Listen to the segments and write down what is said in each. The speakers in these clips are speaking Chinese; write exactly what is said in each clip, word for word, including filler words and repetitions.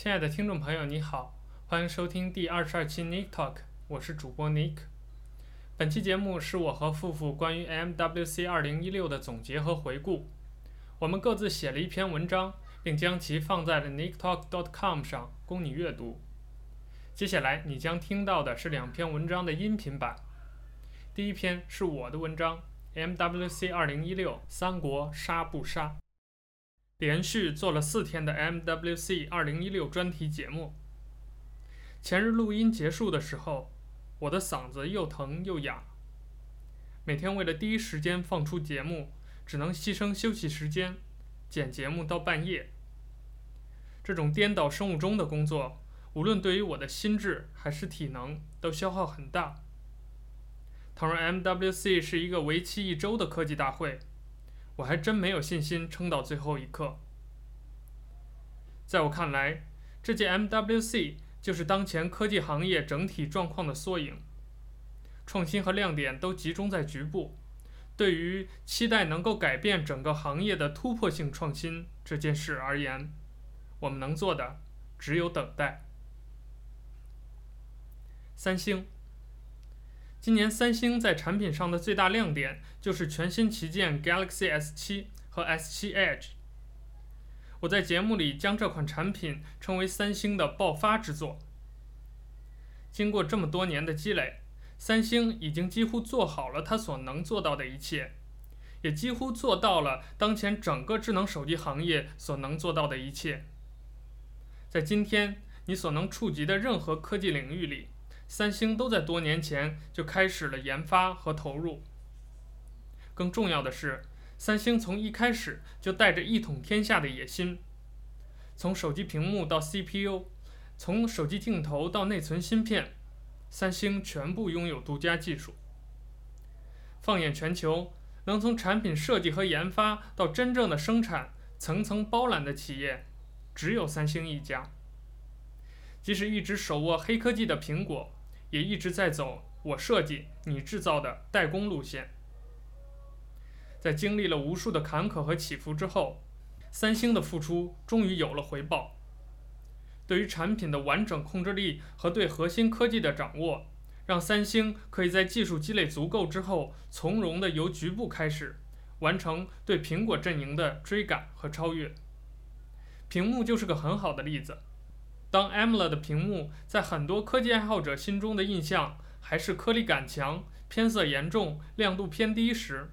亲爱的听众朋友，你好，欢迎收听第二十二期 Nick Talk， 我是主播 Nick。本期节目是我和富富关于 M W C 二零一六的总结和回顾。我们各自写了一篇文章，并将其放在了 nick talk dot com 上供你阅读。接下来你将听到的是两篇文章的音频版。第一篇是我的文章 M W C 二零一六三国杀不杀。连续做了四天的 M W C 二零一六专题节目。前日录音结束的时候，我的嗓子又疼又哑。每天为了第一时间放出节目，只能牺牲休息时间，剪节目到半夜。这种颠倒生物钟的工作，无论对于我的心智还是体能，都消耗很大。倘若 M W C 是一个为期一周的科技大会，我还真没有信心撑到最后一刻。在我看来，这届 M W C 就是当前科技行业整体状况的缩影，创新和亮点都集中在局部。对于期待能够改变整个行业的突破性创新这件事而言，我们能做的只有等待。三星。今年三星在产品上的最大亮点就是全新旗舰 Galaxy S 七 和 S 七 Edge。我在节目里将这款产品称为三星的爆发之作。经过这么多年的积累，三星已经几乎做好了它所能做到的一切，也几乎做到了当前整个智能手机行业所能做到的一切。在今天你所能触及的任何科技领域里，三星都在多年前就开始了研发和投入。更重要的是，三星从一开始就带着一统天下的野心。从手机屏幕到 C P U， 从手机镜头到内存芯片，三星全部拥有独家技术。放眼全球，能从产品设计和研发到真正的生产层层包揽的企业，只有三星一家。即使一直手握黑科技的苹果，也一直在走我设计你制造的代工路线。在经历了无数的坎坷和起伏之后，三星的付出终于有了回报。对于产品的完整控制力和对核心科技的掌握，让三星可以在技术积累足够之后，从容地由局部开始，完成对苹果阵营的追赶和超越。屏幕就是个很好的例子。当 A M O L E D 的屏幕在很多科技爱好者心中的印象还是颗粒感强、偏色严重、亮度偏低时，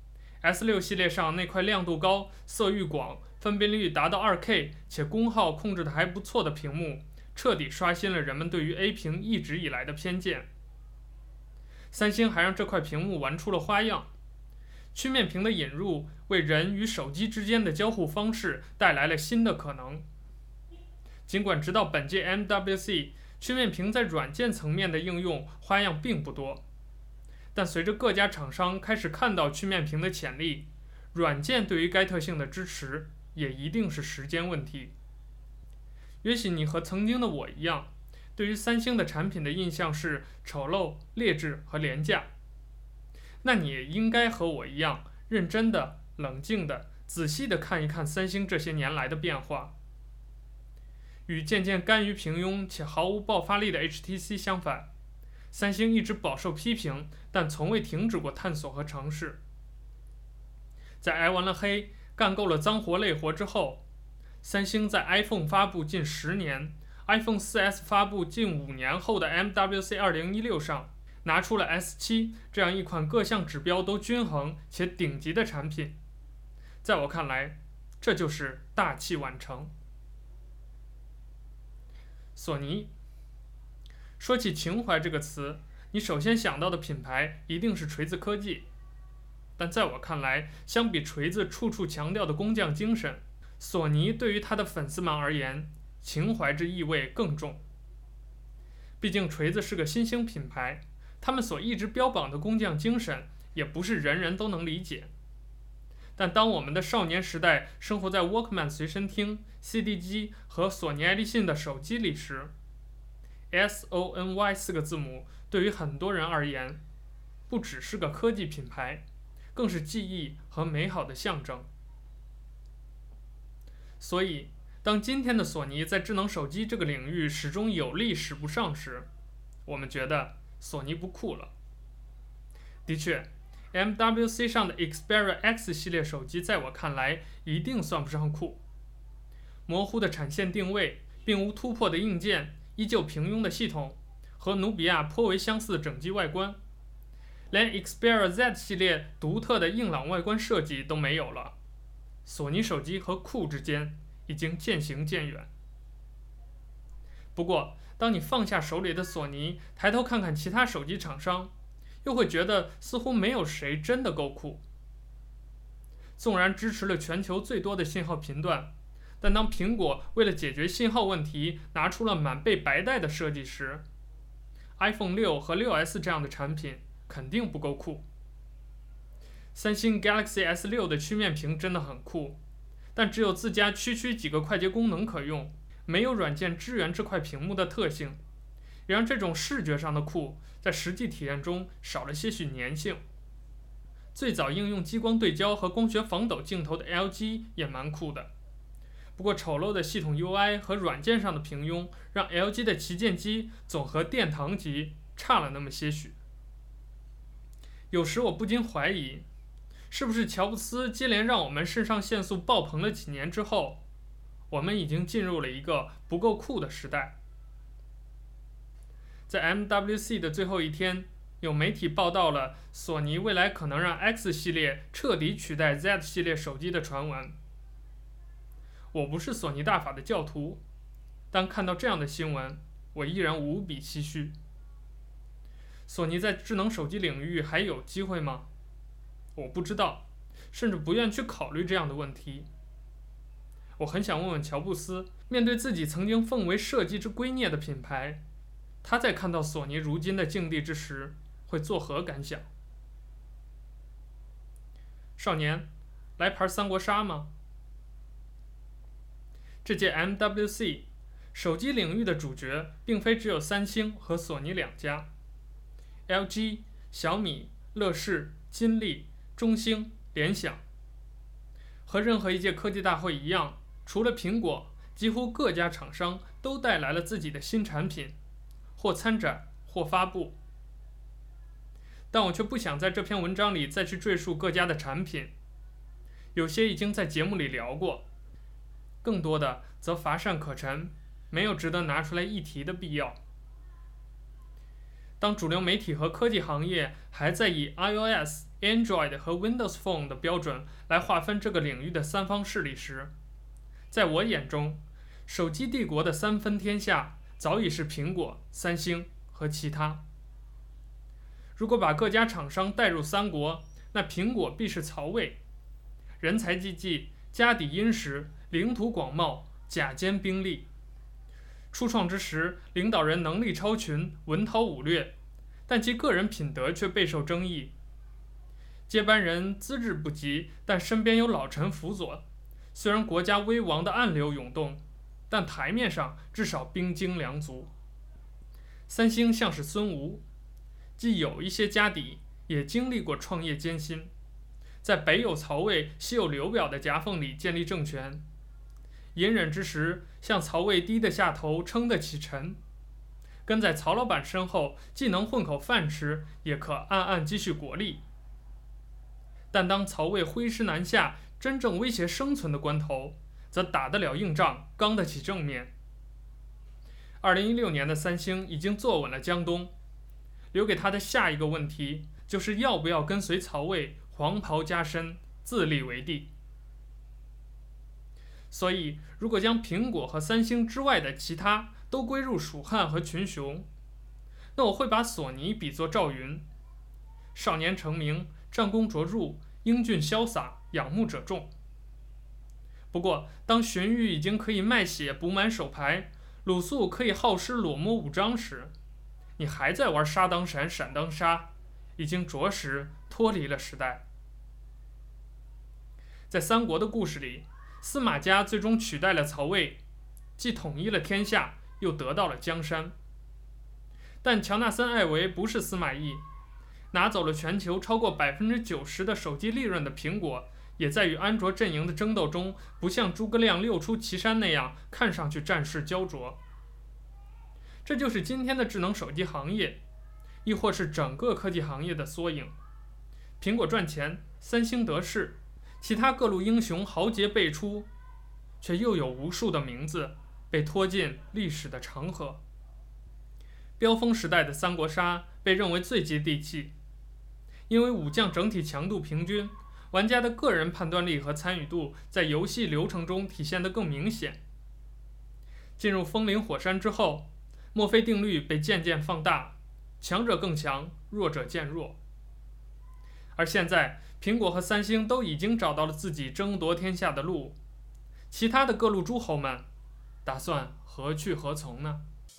S 六 系列上那块亮度高、色域广、分辨率达到 二K 且功耗控制的还不错的屏幕，彻底刷新了人们对于 A 屏一直以来的偏见。三星还让这块屏幕玩出了花样。曲面屏的引入为人与手机之间的交互方式带来了新的可能。尽管直到本届 M W C， 曲面屏在软件层面的应用花样并不多，但随着各家厂商开始看到曲面屏的潜力，软件对于该特性的支持也一定是时间问题。也许你和曾经的我一样，对于三星的产品的印象是丑陋、劣质和廉价，那你也应该和我一样，认真的、冷静的、仔细的看一看三星这些年来的变化。与渐渐甘于平庸且毫无爆发力的 H T C 相反，三星一直饱受批评，但从未停止过探索和尝试。在挨完了黑、干够了脏活累活之后，三星在 iPhone 发布近十年、iPhone 四 S 发布近五年后的 M W C 二零一六上，拿出了 S 七 这样一款各项指标都均衡且顶级的产品。在我看来，这就是大器晚成。索尼。说起情怀这个词，你首先想到的品牌一定是锤子科技，但在我看来，相比锤子处处强调的工匠精神，索尼对于他的粉丝们而言，情怀之意味更重。毕竟锤子是个新兴品牌，他们所一直标榜的工匠精神也不是人人都能理解。但当我们的少年时代生活在 Walkman 随身听、C D 机和索尼爱立信的手机里时， S O N Y 四个字母对于很多人而言，不只是个科技品牌，更是记忆和美好的象征。所以当今天的索尼在智能手机这个领域始终有力使不上时，我们觉得索尼不酷了。的确 M W C 上的 Xperia X 系列手机在我看来一定算不上酷。模糊的产线定位，并无突破的硬件，依旧平庸的系统，和努比亚颇为相似的整机外观，连 Xperia Z 系列独特的硬朗外观设计都没有了。索尼手机和酷之间已经渐行渐远。不过，当你放下手里的索尼，抬头看看其他手机厂商，又会觉得似乎没有谁真的够酷。纵然支持了全球最多的信号频段，但当苹果为了解决信号问题拿出了满背白带的设计时， iPhone 六和 六 S 这样的产品肯定不够酷。三星 Galaxy S 六的曲面屏真的很酷，但只有自家区区几个快捷功能可用，没有软件支援这块屏幕的特性，也让这种视觉上的酷在实际体验中少了些许粘性。最早应用激光对焦和光学防抖镜头的 L G 也蛮酷的，不过丑陋的系统 U I 和软件上的平庸，让 L G 的旗舰机总和殿堂级差了那么些许。有时我不禁怀疑，是不是乔布斯接连让我们肾上腺素爆棚了几年之后，我们已经进入了一个不够酷的时代。在 M W C 的最后一天，有媒体报道了索尼未来可能让 X 系列彻底取代 Z 系列手机的传闻。我不是索尼大法的教徒，但看到这样的新闻，我依然无比唏嘘。索尼在智能手机领域还有机会吗？我不知道，甚至不愿去考虑这样的问题。我很想问问乔布斯，面对自己曾经奉为设计之圭臬的品牌，他在看到索尼如今的境地之时，会作何感想？少年，来盘三国杀吗？这届 M W C 手机领域的主角并非只有三星和索尼两家， L G、小米、乐视、金立、中兴、联想。和任何一届科技大会一样，除了苹果，几乎各家厂商都带来了自己的新产品，或参展或发布。但我却不想在这篇文章里再去赘述各家的产品，有些已经在节目里聊过，更多的则乏善可陈，没有值得拿出来一提的必要。当主流媒体和科技行业还在以 iOS、Android 和 Windows Phone 的标准来划分这个领域的三方势力时，在我眼中，手机帝国的三分天下早已是苹果、三星和其他。如果把各家厂商带入三国，那苹果必是曹魏，人才济济，家底殷实，领土广袤，甲坚兵利。初创之时，领导人能力超群，文韬武略，但其个人品德却备受争议。接班人资质不及，但身边有老臣辅佐，虽然国家危亡的暗流涌动，但台面上至少兵精粮足。三星像是孙吴，既有一些家底，也经历过创业艰辛，在北有曹魏，西有刘表的夹缝里建立政权。隐忍之时，向曹魏低得下头，撑得起尘。跟在曹老板身后，既能混口饭吃，也可暗暗积蓄国力。但当曹魏挥师南下，真正威胁生存的关头，则打得了硬仗，刚得起正面。二零一六年的三星已经坐稳了江东，留给他的下一个问题，就是要不要跟随曹魏黄袍加身，自立为帝。所以，如果将苹果和三星之外的其他都归入蜀汉和群雄，那我会把索尼比作赵云，少年成名，战功卓著，英俊潇洒，仰慕者众。不过，当荀彧已经可以卖血补满手牌，鲁肃可以好诗裸摸五张时，你还在玩杀当闪，闪当杀，已经着实脱离了时代。在三国的故事里，司马家最终取代了曹魏，既统一了天下，又得到了江山。但乔纳森·艾维不是司马懿，拿走了全球超过百分之九十的手机利润的苹果， 也在于安卓阵营的争斗中，不像诸葛亮六出祁山那样看上去战事焦灼。这就是今天的智能手机行业，亦或是整个科技行业的缩影。苹果赚钱，三星得势，其他各路英雄豪杰辈出，却又有无数的名字被拖进历史的长河。飙风时代的三国杀被认为最接地气，因为武将整体强度平均，玩家的个人判断力和参与度在游戏流程中体现得更明显。进入风林火山之后，墨菲定律被渐渐放大，强者更强，弱者渐弱。而现在，苹果和三星都已经找到了自己争夺天下的路，其他的各路诸侯们打算何去何从呢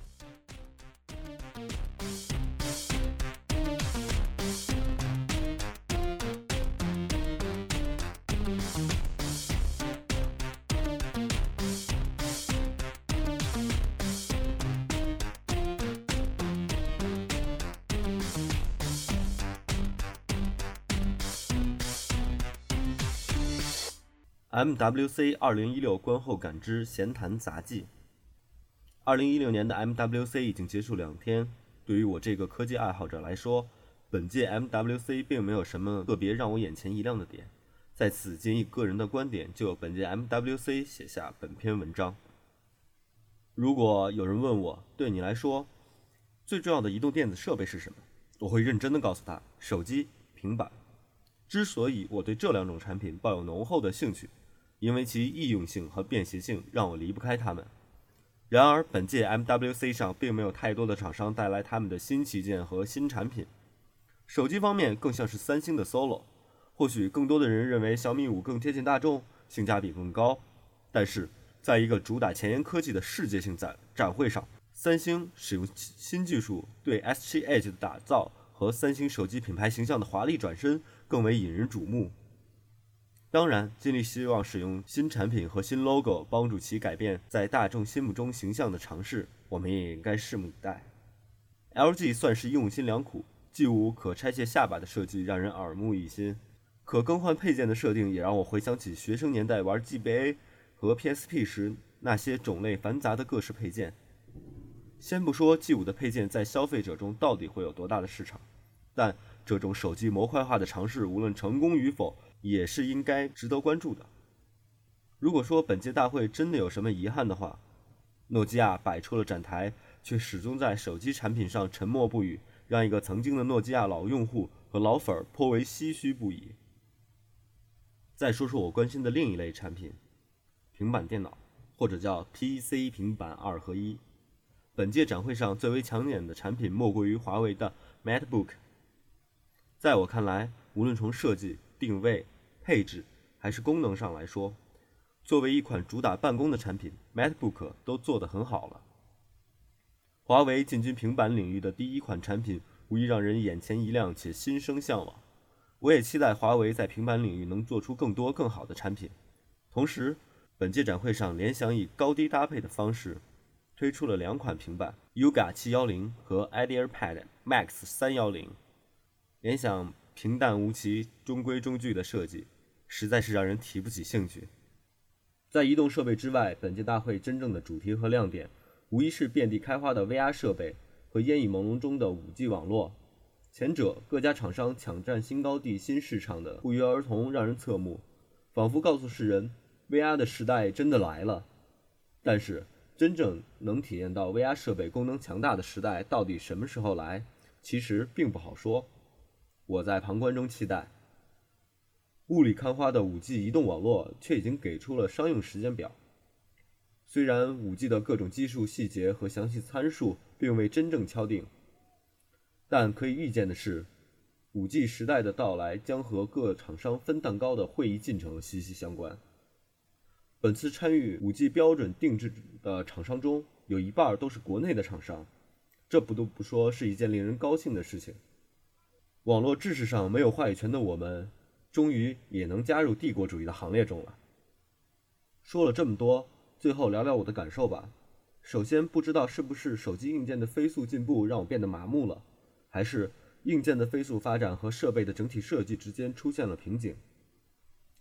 ？M W C 二零一六观后感知闲谈杂记。二零一六年的 M W C 已经结束两天，对于我这个科技爱好者来说，本届 M W C 并没有什么特别让我眼前一亮的点，在此仅以个人的观点就本届 M W C 写下本篇文章。如果有人问我，对你来说最重要的移动电子设备是什么，我会认真地告诉他，手机、平板。之所以我对这两种产品抱有浓厚的兴趣，因为其易用性和便携性让我离不开它们。然而本届 M W C 上并没有太多的厂商带来他们的新旗舰和新产品。手机方面更像是三星的 Solo， 或许更多的人认为小米五更贴近大众，性价比更高，但是在一个主打前沿科技的世界性展展会上，三星使用新技术对 S 七 Edge 的打造和三星手机品牌形象的华丽转身更为引人瞩目。当然，尽力希望使用新产品和新 logo 帮助其改变在大众心目中形象的尝试，我们也应该拭目以待。L G 算是用心良苦，G 五可拆卸下巴的设计让人耳目一新，可更换配件的设定也让我回想起学生年代玩 G B A 和 P S P 时那些种类繁杂的各式配件。先不说 G 五的配件在消费者中到底会有多大的市场，但这种手机模块化的尝试无论成功与否也是应该值得关注的。如果说本届大会真的有什么遗憾的话，诺基亚摆出了展台，却始终在手机产品上沉默不语，让一个曾经的诺基亚老用户和老粉颇为唏嘘不已。再说说我关心的另一类产品，平板电脑，或者叫 P C 平板二合一。本届展会上最为抢眼的产品莫过于华为的 MateBook。在我看来，无论从设计、定位、配置还是功能上来说，作为一款主打办公的产品， MateBook 都做得很好了。华为进军平板领域的第一款产品无疑让人眼前一亮且心生向往。我也期待华为在平板领域能做出更多更好的产品。同时，本届展会上联想以高低搭配的方式推出了两款平板 Yoga 七一零和 IdeaPad Max 三一零。联想平淡无奇、中规中矩的设计，实在是让人提不起兴趣。在移动设备之外，本届大会真正的主题和亮点，无疑是遍地开花的 V R 设备和烟雨朦胧中的 五 G 网络。前者各家厂商抢占新高地新市场的不约而同，让人侧目，仿佛告诉世人 V R 的时代真的来了。但是真正能体验到 V R 设备功能强大的时代到底什么时候来，其实并不好说。我在旁观中期待。雾里看花的 五 G 移动网络却已经给出了商用时间表。虽然 五 G 的各种技术细节和详细参数并未真正敲定，但可以预见的是， 五 G 时代的到来将和各厂商分蛋糕的会议进程息息相关。本次参与 五 G 标准定制的厂商中，有一半都是国内的厂商，这不得不说是一件令人高兴的事情。网络知识上没有话语权的我们，终于也能加入帝国主义的行列中了。说了这么多，最后聊聊我的感受吧。首先，不知道是不是手机硬件的飞速进步让我变得麻木了，还是硬件的飞速发展和设备的整体设计之间出现了瓶颈。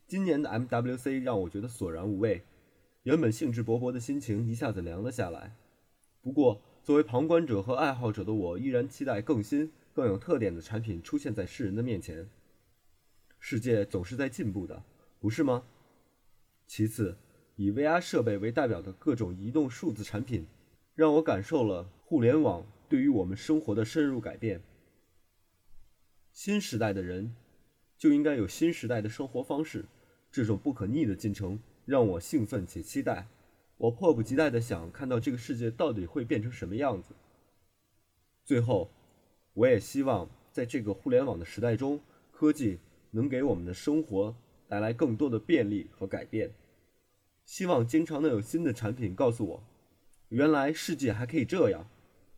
今年的 M W C 让我觉得索然无味，原本兴致勃勃的心情一下子凉了下来。不过，作为旁观者和爱好者的我，依然期待更新、更有特点的产品出现在世人的面前。世界总是在进步的，不是吗？其次，以 V R 设备为代表的各种移动数字产品，让我感受了互联网对于我们生活的深入改变。新时代的人就应该有新时代的生活方式，这种不可逆的进程让我兴奋且期待。我迫不及待地想看到这个世界到底会变成什么样子。最后，我也希望在这个互联网的时代中，科技能给我们的生活带来更多的便利和改变。希望经常能有新的产品告诉我，原来世界还可以这样。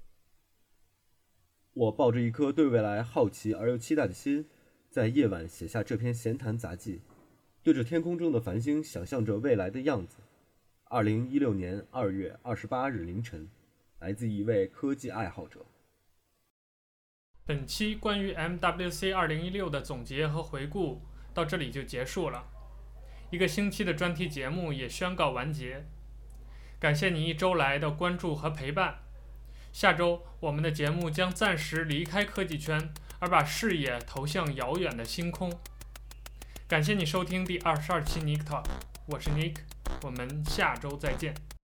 我抱着一颗对未来好奇而又期待的心，在夜晚写下这篇闲谈杂记，对着天空中的繁星想象着未来的样子。二零一六年二月二十八日凌晨，来自一位科技爱好者。 本期关于 M W C 二零一六的总结和回顾到这里就结束了，一个星期的专题节目也宣告完结。感谢你一周来的关注和陪伴。下周我们的节目将暂时离开科技圈，而把视野投向遥远的星空。感谢你收听第二十二期 Nick Talk， 我是 Nick， 我们下周再见。